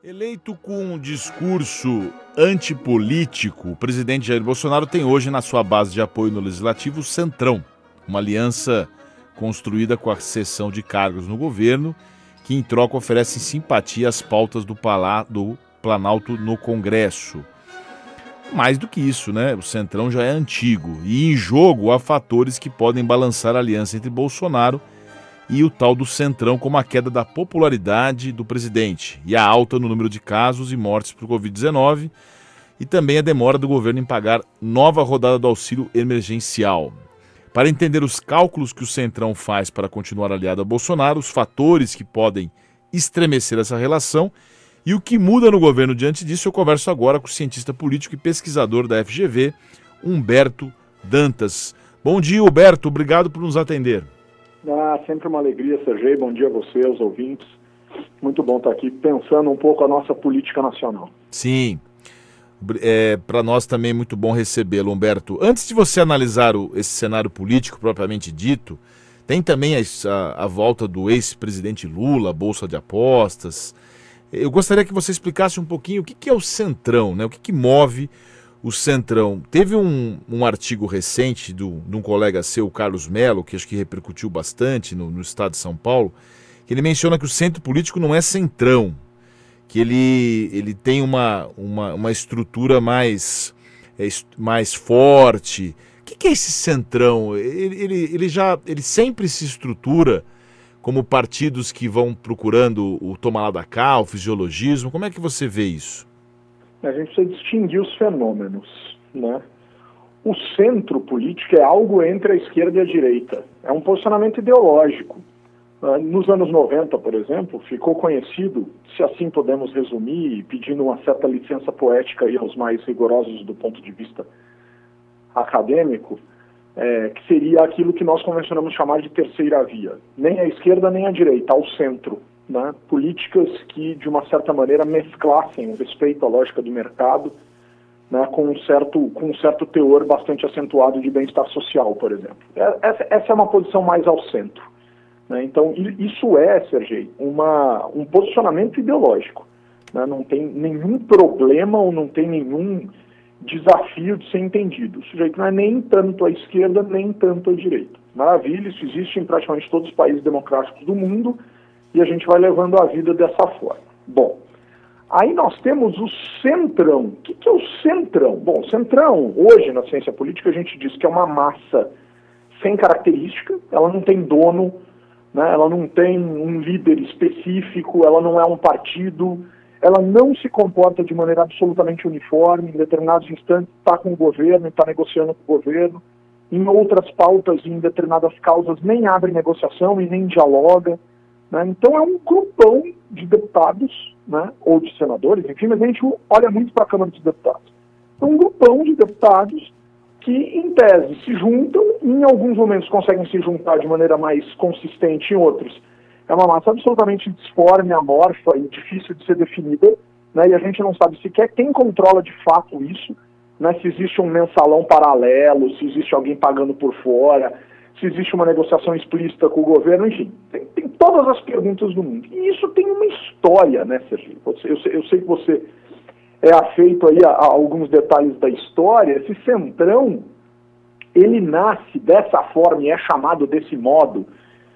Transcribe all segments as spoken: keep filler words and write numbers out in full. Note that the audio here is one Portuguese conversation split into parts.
Eleito com um discurso antipolítico, o presidente Jair Bolsonaro tem hoje na sua base de apoio no Legislativo o Centrão, uma aliança construída com a cessão de cargos no governo, que em troca oferece simpatia às pautas do, Palá, do Planalto no Congresso. Mais do que isso, né? O Centrão já é antigo e em jogo há fatores que podem balançar a aliança entre Bolsonaro e o tal do Centrão, como a queda da popularidade do presidente e a alta no número de casos e mortes por covid dezenove e também a demora do governo em pagar nova rodada do auxílio emergencial. Para entender os cálculos que o Centrão faz para continuar aliado a Bolsonaro, os fatores que podem estremecer essa relação e o que muda no governo diante disso, eu converso agora com o cientista político e pesquisador da F G V, Humberto Dantas. Bom dia, Humberto, obrigado por nos atender. Ah, sempre uma alegria, Sergei. Bom dia a você, aos ouvintes. Muito bom estar aqui pensando um pouco a nossa política nacional. Sim, é, para nós também é muito bom recebê-lo, Humberto. Antes de você analisar o, esse cenário político propriamente dito, tem também a, a, a volta do ex-presidente Lula, a Bolsa de Apostas. Eu gostaria que você explicasse um pouquinho o que, que é o Centrão, né? O que, que move o Centrão. Teve um, um artigo recente do, de um colega seu, Carlos Mello, que acho que repercutiu bastante no, no estado de São Paulo, que ele menciona que o centro político não é centrão, que ele, ele tem uma, uma, uma estrutura mais, é, mais forte. O que, que é esse centrão? Ele, ele, ele, já, ele sempre se estrutura como partidos que vão procurando o toma lá da cá, o fisiologismo. Como é que você vê isso? A gente precisa distinguir os fenômenos, né? O centro político é algo entre a esquerda e a direita. É um posicionamento ideológico. Nos anos noventa, por exemplo, ficou conhecido, se assim podemos resumir, pedindo uma certa licença poética aí aos mais rigorosos do ponto de vista acadêmico, é, que seria aquilo que nós convencionamos chamar de terceira via. Nem a esquerda nem a direita, ao centro. Né, políticas que, de uma certa maneira, mesclassem o respeito à lógica do mercado, né, com, um certo, com um certo teor bastante acentuado de bem-estar social, por exemplo. Essa, essa é uma posição mais ao centro. Né, então, isso é, Sergei, uma, um posicionamento ideológico. Né, não tem nenhum problema ou não tem nenhum desafio de ser entendido. O sujeito não é nem tanto à esquerda, nem tanto à direita. Maravilha, isso existe em praticamente todos os países democráticos do mundo, e a gente vai levando a vida dessa forma. Bom, aí nós temos o centrão. O que, que é o centrão? Bom, o centrão, hoje na ciência política, a gente diz que é uma massa sem característica, ela não tem dono, né, ela não tem um líder específico, ela não é um partido, ela não se comporta de maneira absolutamente uniforme, em determinados instantes está com o governo, está negociando com o governo, em outras pautas e em determinadas causas nem abre negociação e nem dialoga. Né? Então é um grupão de deputados, né, ou de senadores, enfim, mas a gente olha muito para a Câmara dos Deputados. É um grupão de deputados que, em tese, se juntam, e em alguns momentos conseguem se juntar de maneira mais consistente, em outros é uma massa absolutamente disforme, amorfa e difícil de ser definida, né, e a gente não sabe sequer quem controla de fato isso, né, se existe um mensalão paralelo, se existe alguém pagando por fora, se existe uma negociação explícita com o governo, enfim, tem, tem todas as perguntas do mundo. E isso tem uma história, né, Sergio? Eu sei, eu sei que você é afeito aí a, a alguns detalhes da história. Esse centrão, ele nasce dessa forma e é chamado desse modo,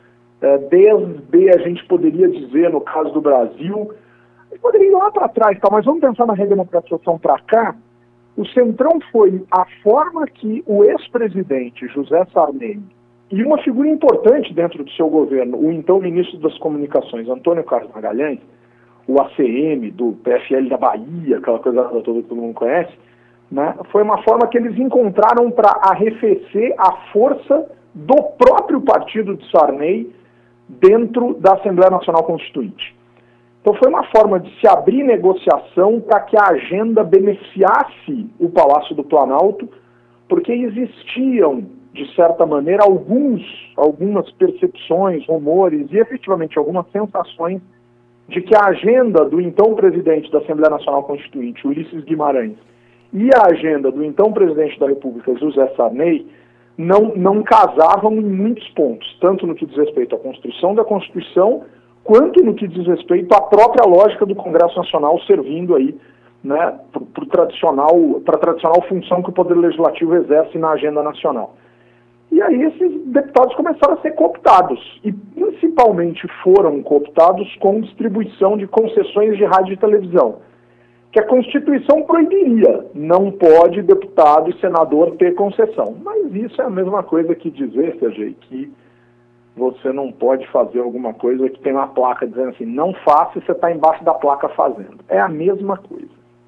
é, desde, a gente poderia dizer, no caso do Brasil, a gente poderia ir lá para trás, tá? Mas vamos pensar na redemocratização para cá. O centrão foi a forma que o ex-presidente José Sarney e uma figura importante dentro do seu governo, o então ministro das Comunicações, Antônio Carlos Magalhães, o A C M do P F L da Bahia, aquela coisa toda que todo mundo conhece, né, foi uma forma que eles encontraram para arrefecer a força do próprio partido de Sarney dentro da Assembleia Nacional Constituinte. Então foi uma forma de se abrir negociação para que a agenda beneficiasse o Palácio do Planalto, porque existiam, de certa maneira, alguns, algumas percepções, rumores e efetivamente algumas sensações de que a agenda do então presidente da Assembleia Nacional Constituinte, Ulisses Guimarães, e a agenda do então presidente da República, José Sarney, não, não casavam em muitos pontos, tanto no que diz respeito à construção da Constituição, quanto no que diz respeito à própria lógica do Congresso Nacional servindo aí, né, para tradicional, para a tradicional função que o Poder Legislativo exerce na agenda nacional. E aí esses deputados começaram a ser cooptados, e principalmente foram cooptados com distribuição de concessões de rádio e televisão, que a Constituição proibiria. Não pode deputado e senador ter concessão. Mas isso é a mesma coisa que dizer, Sergei, que você não pode fazer alguma coisa que tem uma placa dizendo assim, não faça e você está embaixo da placa fazendo. É a mesma coisa.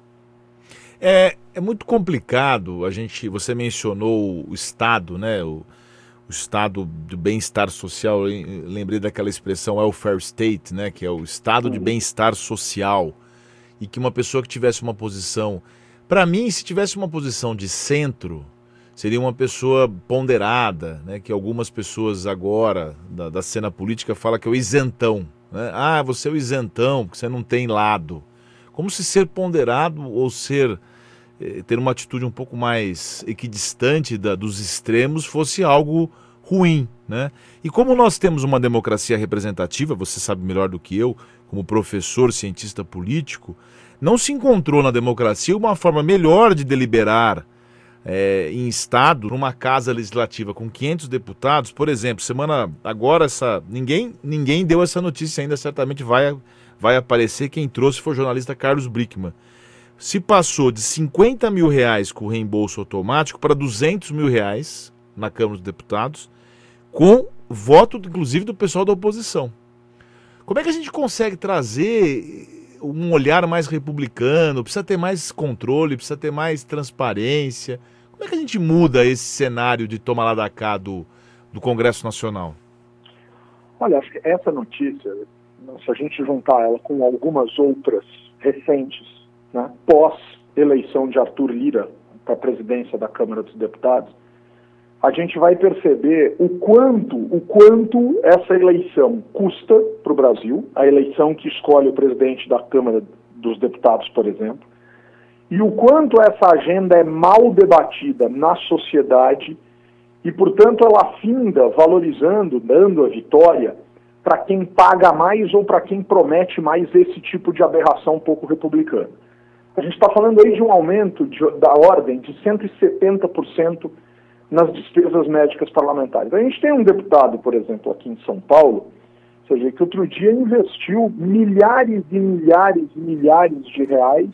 É, é muito complicado, a gente, você mencionou o Estado, né, o, o Estado do bem-estar social, eu lembrei daquela expressão welfare state, né, que é o Estado de bem-estar social, e que uma pessoa que tivesse uma posição, para mim, se tivesse uma posição de centro, seria uma pessoa ponderada, né, que algumas pessoas agora da, da cena política falam que é o isentão, né? Ah, você é o isentão, porque você não tem lado. Como se ser ponderado ou ser eh, ter uma atitude um pouco mais equidistante da, dos extremos fosse algo ruim, né? E como nós temos uma democracia representativa, você sabe melhor do que eu, como professor, cientista político, não se encontrou na democracia uma forma melhor de deliberar é, em Estado, numa casa legislativa com quinhentos deputados, por exemplo, semana agora, essa, ninguém, ninguém deu essa notícia ainda, certamente vai, vai aparecer, quem trouxe foi o jornalista Carlos Brickman. Se passou de cinquenta mil reais com reembolso automático para duzentos mil reais na Câmara dos Deputados, com voto, inclusive, do pessoal da oposição. Como é que a gente consegue trazer um olhar mais republicano? Precisa ter mais controle, precisa ter mais transparência. Como é que a gente muda esse cenário de toma lá da cá do, do Congresso Nacional? Olha, acho que essa notícia, se a gente juntar ela com algumas outras recentes, né, pós-eleição de Arthur Lira para a presidência da Câmara dos Deputados, a gente vai perceber o quanto, o quanto essa eleição custa para o Brasil, a eleição que escolhe o presidente da Câmara dos Deputados, por exemplo, e o quanto essa agenda é mal debatida na sociedade e, portanto, ela finda valorizando, dando a vitória para quem paga mais ou para quem promete mais esse tipo de aberração pouco republicana. A gente está falando aí de um aumento de, da ordem de cento e setenta por cento nas despesas médicas parlamentares. A gente tem um deputado, por exemplo, aqui em São Paulo, ou seja, que outro dia investiu milhares e milhares e milhares de reais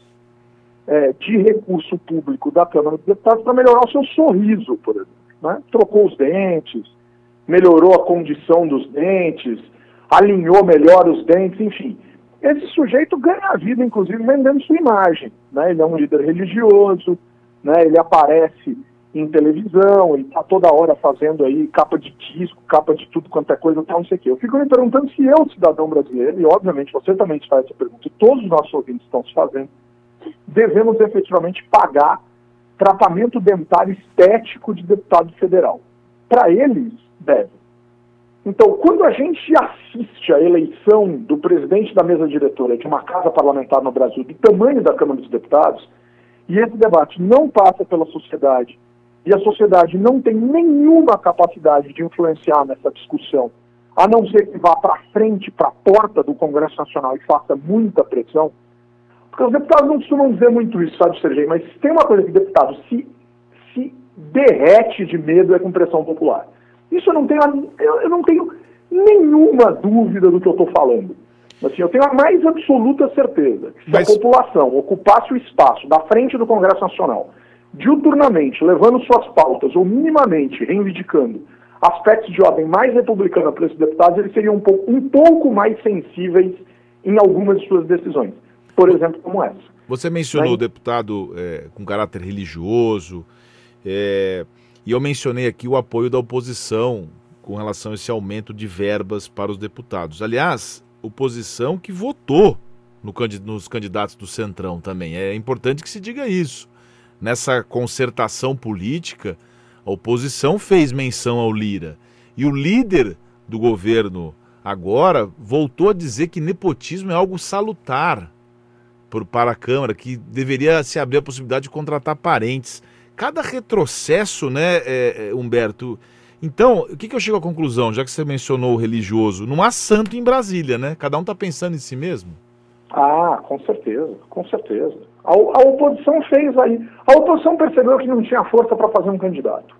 é, de recurso público da Câmara dos Deputados para melhorar o seu sorriso, por exemplo, né? Trocou os dentes, melhorou a condição dos dentes, alinhou melhor os dentes, enfim. Esse sujeito ganha a vida, inclusive, vendendo sua imagem, né? Ele é um líder religioso, né? Ele aparece em televisão, ele está toda hora fazendo aí capa de disco, capa de tudo quanto é coisa, tal, não sei o quê. Eu fico me perguntando se eu, cidadão brasileiro, e obviamente você também se faz essa pergunta, e todos os nossos ouvintes estão se fazendo, devemos efetivamente pagar tratamento dentário estético de deputado federal. Para eles, deve. Então, quando a gente assiste à eleição do presidente da mesa diretora de uma casa parlamentar no Brasil, do tamanho da Câmara dos Deputados, e esse debate não passa pela sociedade, e a sociedade não tem nenhuma capacidade de influenciar nessa discussão, a não ser que vá para frente, para a porta do Congresso Nacional e faça muita pressão, porque os deputados não costumam dizer muito isso, sabe, Sergei? Mas tem uma coisa que o deputado se, se derrete de medo é com pressão popular. Isso eu não tenho, eu, eu não tenho nenhuma dúvida do que eu estou falando. Assim, eu tenho a mais absoluta certeza que se Mas... a população ocupasse o espaço da frente do Congresso Nacional, diuturnamente, levando suas pautas, ou minimamente reivindicando aspectos de ordem mais republicana para esses deputados, eles seriam um pouco, um pouco mais sensíveis em algumas de suas decisões. Por exemplo, como essa. Você mencionou o deputado é, com caráter religioso, é, e eu mencionei aqui o apoio da oposição com relação a esse aumento de verbas para os deputados. Aliás, oposição que votou no, nos candidatos do Centrão também. É importante que se diga isso. Nessa concertação política, a oposição fez menção ao Lira. E o líder do governo agora voltou a dizer que nepotismo é algo salutar por, para a Câmara, que deveria se abrir a possibilidade de contratar parentes. Cada retrocesso, né, é, é, Humberto, Então, o que, que eu chego à conclusão, já que você mencionou o religioso? Não há santo em Brasília, né? Cada um está pensando em si mesmo. Ah, com certeza, com certeza. A, a oposição fez aí. A oposição percebeu que não tinha força para fazer um candidato.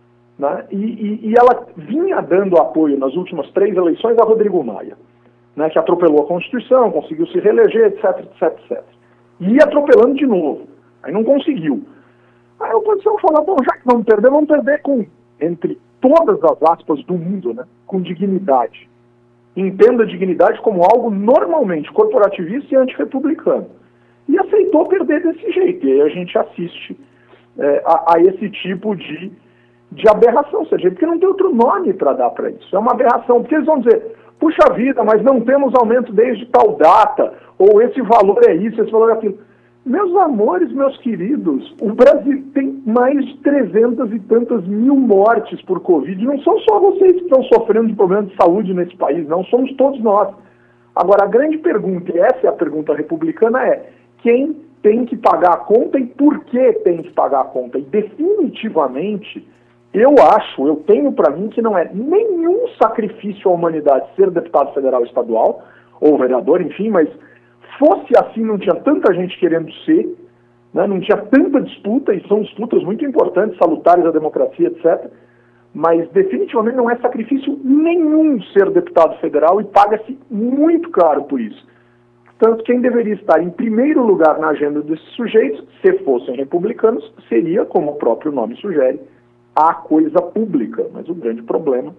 Né? E, e, e ela vinha dando apoio nas últimas três eleições a Rodrigo Maia, né, que atropelou a Constituição, conseguiu se reeleger, etc, etc, etcétera. E ia atropelando de novo. Aí não conseguiu. Aí a oposição falou, bom, já que vamos perder, vamos perder com, entre todas as aspas do mundo, né, com dignidade. Entenda a dignidade como algo normalmente corporativista e antirrepublicano. E aceitou perder desse jeito. E aí a gente assiste é, a, a esse tipo de, de aberração, seja, porque não tem outro nome para dar para isso. É uma aberração, porque eles vão dizer, puxa vida, mas não temos aumento desde tal data, ou esse valor é isso, esse valor é aquilo. Meus amores, meus queridos, o Brasil tem mais de trezentas e tantas mil mortes por Covid. Não são só vocês que estão sofrendo de problemas de saúde nesse país, não, somos todos nós. Agora, a grande pergunta, e essa é a pergunta republicana, é quem tem que pagar a conta e por que tem que pagar a conta? E definitivamente, eu acho, eu tenho para mim que não é nenhum sacrifício à humanidade ser deputado federal ou estadual, ou vereador, enfim, mas fosse assim, não tinha tanta gente querendo ser, né, não tinha tanta disputa, e são disputas muito importantes, salutares à democracia, etcétera. Mas definitivamente não é sacrifício nenhum ser deputado federal e paga-se muito caro por isso. Tanto quem deveria estar em primeiro lugar na agenda desses sujeitos, se fossem republicanos, seria, como o próprio nome sugere, a coisa pública. Mas o grande problema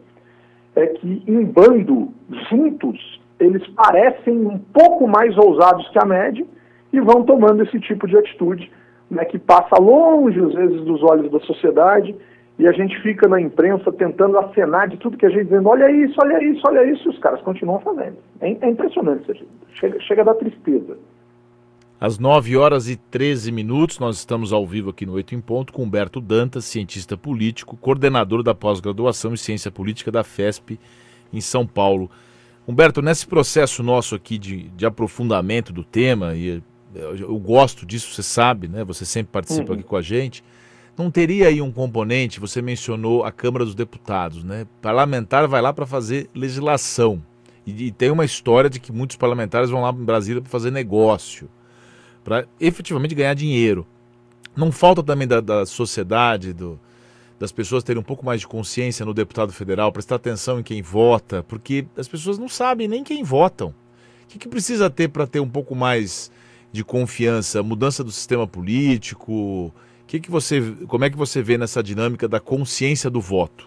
é que, em bando, juntos, eles parecem um pouco mais ousados que a média e vão tomando esse tipo de atitude, né, que passa longe, às vezes, dos olhos da sociedade, e a gente fica na imprensa tentando acenar de tudo que a gente dizendo, olha isso, olha isso, olha isso, e os caras continuam fazendo. É, é impressionante isso, chega, chega a dar tristeza. Às nove horas e treze minutos, nós estamos ao vivo aqui no Oito em Ponto com Humberto Dantas, cientista político, coordenador da pós-graduação em Ciência Política da FESP em São Paulo. Humberto, nesse processo nosso aqui de, de aprofundamento do tema, e eu, eu gosto disso, você sabe, né? Você sempre participa uhum. aqui com a gente, não teria aí um componente, você mencionou a Câmara dos Deputados, né? Parlamentar vai lá para fazer legislação, e, e tem uma história de que muitos parlamentares vão lá em Brasília para fazer negócio, para efetivamente ganhar dinheiro. Não falta também da, da sociedade, do... das pessoas terem um pouco mais de consciência no deputado federal, prestar atenção em quem vota, porque as pessoas não sabem nem quem votam. O que, que precisa ter para ter um pouco mais de confiança? Mudança do sistema político? Que que você, como é que você vê nessa dinâmica da consciência do voto?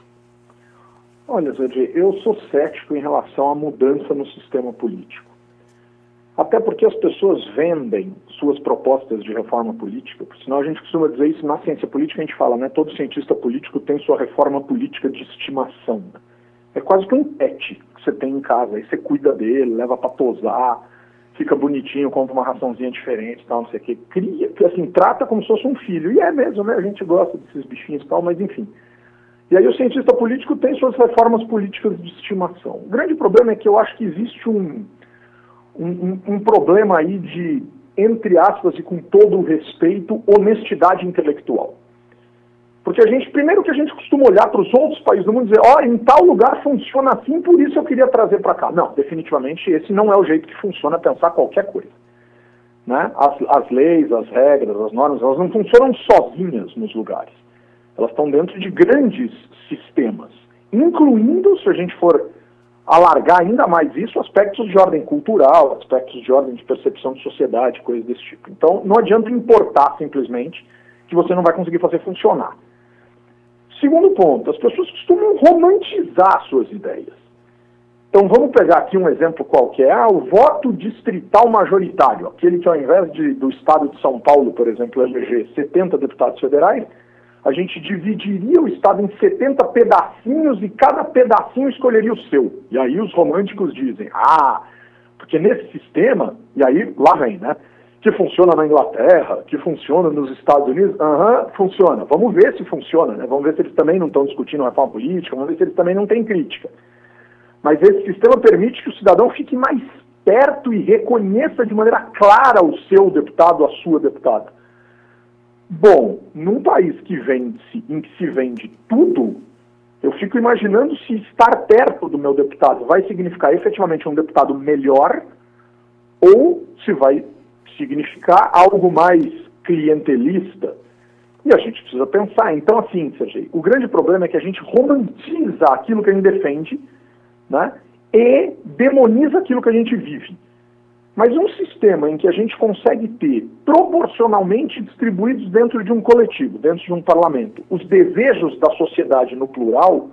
Olha, Zé, eu sou cético em relação à mudança no sistema político. Até porque as pessoas vendem suas propostas de reforma política, porque senão a gente costuma dizer isso na ciência política, a gente fala, né? Todo cientista político tem sua reforma política de estimação. É quase que um pet que você tem em casa, aí você cuida dele, leva para tosar, fica bonitinho, compra uma raçãozinha diferente, tal, não sei o que, cria, assim, trata como se fosse um filho, e é mesmo, né? A gente gosta desses bichinhos e tal, mas enfim. E aí o cientista político tem suas reformas políticas de estimação. O grande problema é que eu acho que existe um Um, um, um problema aí de, entre aspas, e com todo o respeito, honestidade intelectual. Porque a gente, primeiro que a gente costuma olhar para os outros países do mundo e dizer, ó, oh, em tal lugar funciona assim, por isso eu queria trazer para cá. Não, definitivamente esse não é o jeito que funciona pensar qualquer coisa. Né? As, as leis, as regras, as normas, elas não funcionam sozinhas nos lugares. Elas estão dentro de grandes sistemas, incluindo, se a gente for alargar ainda mais isso, aspectos de ordem cultural, aspectos de ordem de percepção de sociedade, coisas desse tipo. Então, não adianta importar simplesmente que você não vai conseguir fazer funcionar. Segundo ponto, as pessoas costumam romantizar suas ideias. Então, vamos pegar aqui um exemplo qualquer. Ah, o voto distrital majoritário, aquele que ao invés de, do estado de São Paulo, por exemplo, eleger setenta deputados federais, a gente dividiria o estado em setenta pedacinhos e cada pedacinho escolheria o seu. E aí os românticos dizem, ah, porque nesse sistema, e aí lá vem, né, que funciona na Inglaterra, que funciona nos Estados Unidos, aham, uhum, funciona. Vamos ver se funciona, né? Vamos ver se eles também não estão discutindo reforma política, vamos ver se eles também não têm crítica. Mas esse sistema permite que o cidadão fique mais perto e reconheça de maneira clara o seu deputado, a sua deputada. Bom, num país que vende, em que se vende tudo, Eu fico imaginando se estar perto do meu deputado vai significar efetivamente um deputado melhor ou se vai significar algo mais clientelista. E a gente precisa pensar. Então, assim, Sergei, o grande problema é que a gente romantiza aquilo que a gente defende, né, e demoniza aquilo que a gente vive. Mas um sistema em que a gente consegue ter, proporcionalmente distribuídos dentro de um coletivo, dentro de um parlamento, os desejos da sociedade no plural,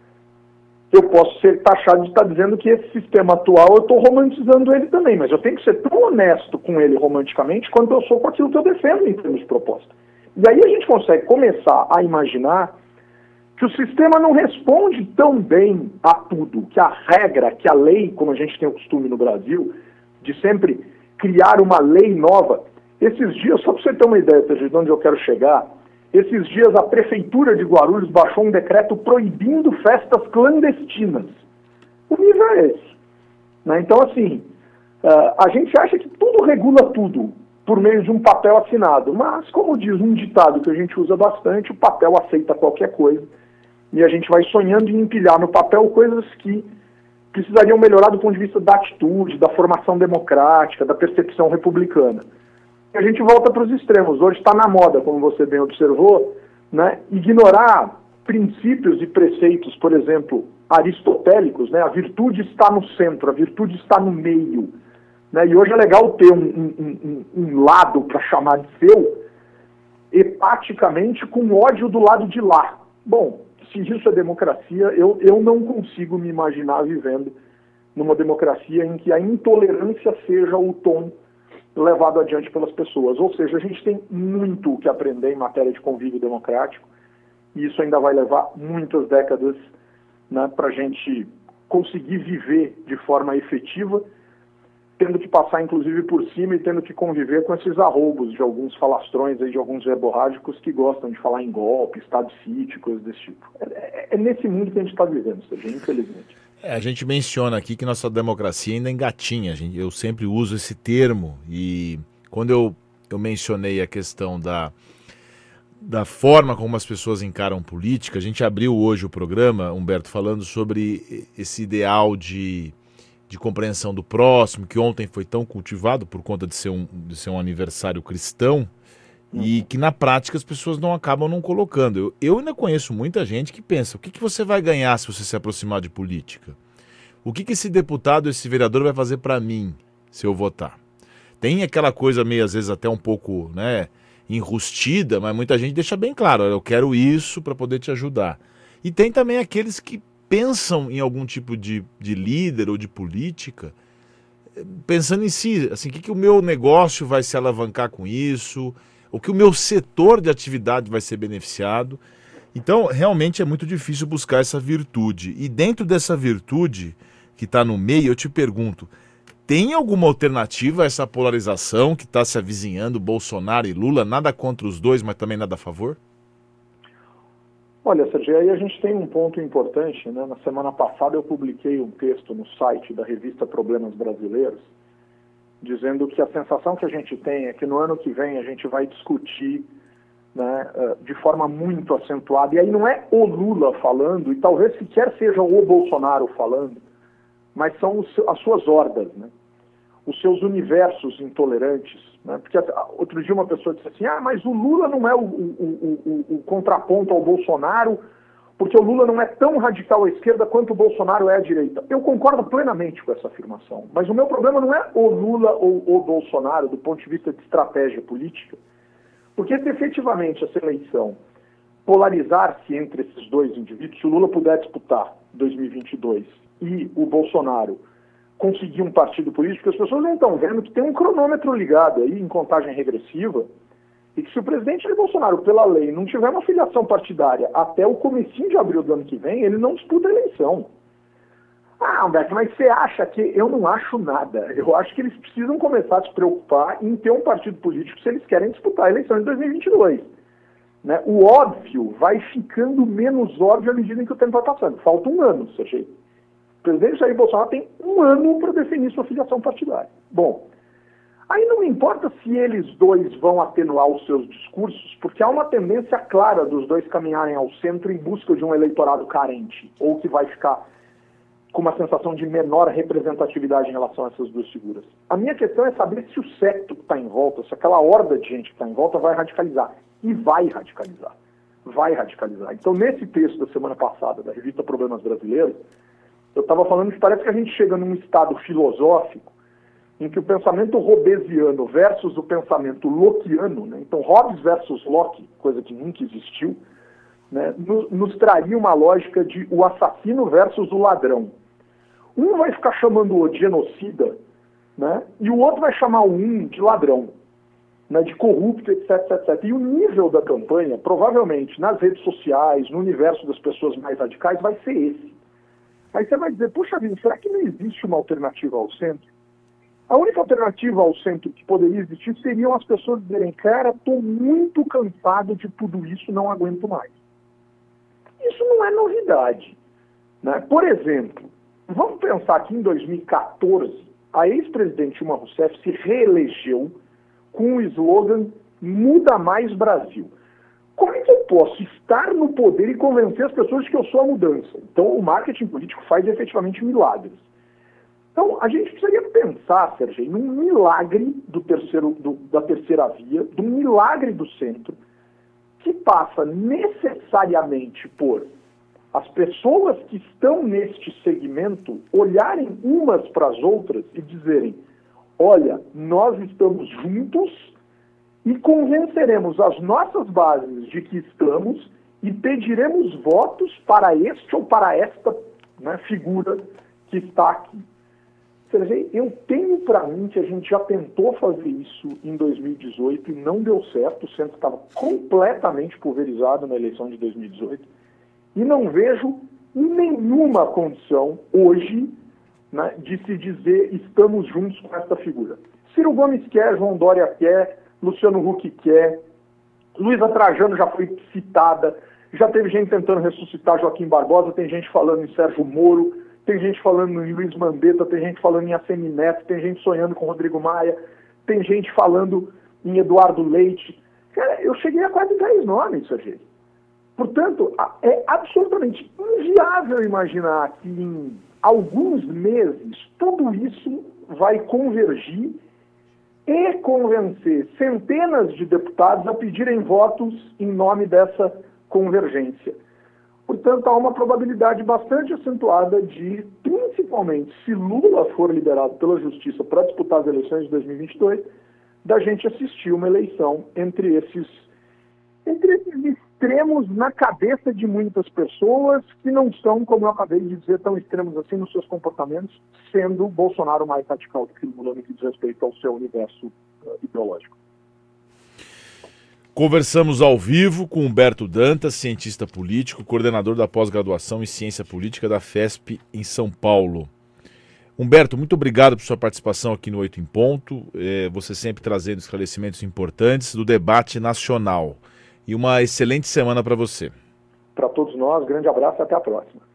eu posso ser taxado de estar dizendo que esse sistema atual eu estou romantizando ele também, mas eu tenho que ser tão honesto com ele romanticamente quanto eu sou com aquilo que eu defendo em termos de proposta. E aí a gente consegue começar a imaginar que o sistema não responde tão bem a tudo, que a regra, que a lei, como a gente tem o costume no Brasil, de sempre criar uma lei nova. Esses dias, só para você ter uma ideia de onde eu quero chegar, esses dias a Prefeitura de Guarulhos baixou um decreto proibindo festas clandestinas. O nível é esse. Né? Então, assim, uh, a gente acha que tudo regula tudo por meio de um papel assinado, mas, como diz um ditado que a gente usa bastante, o papel aceita qualquer coisa, e a gente vai sonhando em empilhar no papel coisas que precisariam melhorar do ponto de vista da atitude, da formação democrática, da percepção republicana. E a gente volta para os extremos. Hoje está na moda, como você bem observou, né, ignorar princípios e preceitos, por exemplo, aristotélicos, né, a virtude está no centro, a virtude está no meio. Né, e hoje é legal ter um, um, um, um lado para chamar de seu, hepaticamente com ódio do lado de lá. Bom, se isso é democracia, eu, eu não consigo me imaginar vivendo numa democracia em que a intolerância seja o tom levado adiante pelas pessoas. Ou seja, a gente tem muito o que aprender em matéria de convívio democrático, e isso ainda vai levar muitas décadas, né, para a gente conseguir viver de forma efetiva, tendo que passar inclusive por cima e tendo que conviver com esses arroubos de alguns falastrões, aí, de alguns verborrágicos que gostam de falar em golpe, estado de sítio, coisas desse tipo. É, é nesse mundo que a gente está vivendo, seja, infelizmente. É, a gente menciona aqui que nossa democracia ainda engatinha. A gente, eu sempre uso esse termo, e quando eu, eu mencionei a questão da, da forma como as pessoas encaram política, a gente abriu hoje o programa, Humberto, falando sobre esse ideal de... de compreensão do próximo, que ontem foi tão cultivado por conta de ser um, de ser um aniversário cristão, uhum. E que na prática as pessoas não acabam não colocando. Eu, eu ainda conheço muita gente que pensa, o que, que você vai ganhar se você se aproximar de política? O que, que esse deputado, esse vereador vai fazer para mim se eu votar? Tem aquela coisa meio, às vezes, até um pouco, né, enrustida, mas muita gente deixa bem claro, eu quero isso para poder te ajudar. E tem também aqueles que pensam em algum tipo de, de líder ou de política, pensando em si, assim, o que, que o meu negócio vai se alavancar com isso, o que o meu setor de atividade vai ser beneficiado. Então, realmente é muito difícil buscar essa virtude. E dentro dessa virtude que está no meio, eu te pergunto, tem alguma alternativa a essa polarização que está se avizinhando, Bolsonaro e Lula? Nada contra os dois, mas também nada a favor? Olha, Sérgio, aí a gente tem um ponto importante, né? Na semana passada eu publiquei um texto no site da revista Problemas Brasileiros, dizendo que a sensação que a gente tem é que no ano que vem a gente vai discutir, né, de forma muito acentuada, e aí não é o Lula falando, e talvez sequer seja o Bolsonaro falando, mas são os, as suas hordas, né? Os seus universos intolerantes, né? Porque outro dia uma pessoa disse assim, ah, mas o Lula não é o, o, o, o contraponto ao Bolsonaro, porque o Lula não é tão radical à esquerda quanto o Bolsonaro é à direita. Eu concordo plenamente com essa afirmação, mas o meu problema não é o Lula ou o Bolsonaro do ponto de vista de estratégia política, porque se efetivamente essa eleição polarizar-se entre esses dois indivíduos, se o Lula puder disputar dois mil e vinte e dois e o Bolsonaro conseguir um partido político, as pessoas não estão vendo que tem um cronômetro ligado aí em contagem regressiva, e que se o presidente Jair Bolsonaro, pela lei, não tiver uma filiação partidária até o comecinho de abril do ano que vem, ele não disputa a eleição. Ah, Humberto, mas você acha que... Eu não acho nada. Eu acho que eles precisam começar a se preocupar em ter um partido político se eles querem disputar a eleição de dois mil e vinte e dois. Né? O óbvio vai ficando menos óbvio à medida em que o tempo vai passando. Falta um ano, Sérgio. O presidente Jair Bolsonaro tem um ano para definir sua filiação partidária. Bom, Aí não me importa se eles dois vão atenuar os seus discursos, porque há uma tendência clara dos dois caminharem ao centro em busca de um eleitorado carente, ou que vai ficar com uma sensação de menor representatividade em relação a essas duas figuras. A minha questão é saber se o secto que está em volta, se aquela horda de gente que está em volta vai radicalizar. E vai radicalizar. Vai radicalizar. Então, nesse texto da semana passada, da revista Problemas Brasileiros, eu estava falando que parece que a gente chega num estado filosófico em que o pensamento hobbesiano versus o pensamento lockeano, né? Então Hobbes versus Locke, coisa que nunca existiu, né? nos, nos traria uma lógica de o assassino versus o ladrão. Um vai ficar chamando o de genocida, né? E o outro vai chamar o um de ladrão, né? De corrupto, etc, etcétera. E o nível da campanha, provavelmente, nas redes sociais, no universo das pessoas mais radicais, vai ser esse. Aí você vai dizer, puxa vida, será que não existe uma alternativa ao centro? A única alternativa ao centro que poderia existir seriam as pessoas dizerem, cara, estou muito cansado de tudo isso, não aguento mais. Isso não é novidade, né? Por exemplo, vamos pensar que em dois mil e quatorze, a ex-presidente Dilma Rousseff se reelegeu com o slogan Muda Mais Brasil. Como é que eu posso estar no poder e convencer as pessoas de que eu sou a mudança? Então, o marketing político faz efetivamente milagres. Então, a gente precisaria pensar, Sérgio, num milagre do terceiro, do, da terceira via, de um milagre do centro, que passa necessariamente por as pessoas que estão neste segmento olharem umas para as outras e dizerem, olha, nós estamos juntos e convenceremos as nossas bases de que estamos e pediremos votos para este ou para esta, né, figura que está aqui. Eu tenho para mim que a gente já tentou fazer isso em dois mil e dezoito e não deu certo, o centro estava completamente pulverizado na eleição de dois mil e dezoito, e não vejo nenhuma condição hoje, né, de se dizer estamos juntos com essa figura. Ciro Gomes quer, João Dória quer, Luciano Huck quer, Luísa Trajano já foi citada, já teve gente tentando ressuscitar Joaquim Barbosa, tem gente falando em Sérgio Moro, tem gente falando em Luiz Mandetta, tem gente falando em Assemi Neto, tem gente sonhando com Rodrigo Maia, tem gente falando em Eduardo Leite. Cara, eu cheguei a quase dez nomes, Sérgio. Portanto, é absolutamente inviável imaginar que em alguns meses tudo isso vai convergir e convencer centenas de deputados a pedirem votos em nome dessa convergência. Portanto, há uma probabilidade bastante acentuada de, principalmente, se Lula for liberado pela Justiça para disputar as eleições de dois mil e vinte e dois, da gente assistir uma eleição entre esses, entre esses extremos na cabeça de muitas pessoas que não são, como eu acabei de dizer, tão extremos assim nos seus comportamentos, sendo Bolsonaro mais radical do que Lula no que diz respeito ao seu universo uh, ideológico. Conversamos ao vivo com Humberto Dantas, cientista político, coordenador da pós-graduação em Ciência Política da F E S P em São Paulo. Humberto, muito obrigado por sua participação aqui no Oito em Ponto, é, você sempre trazendo esclarecimentos importantes do debate nacional. E uma excelente semana para você. Para todos nós, grande abraço e até a próxima.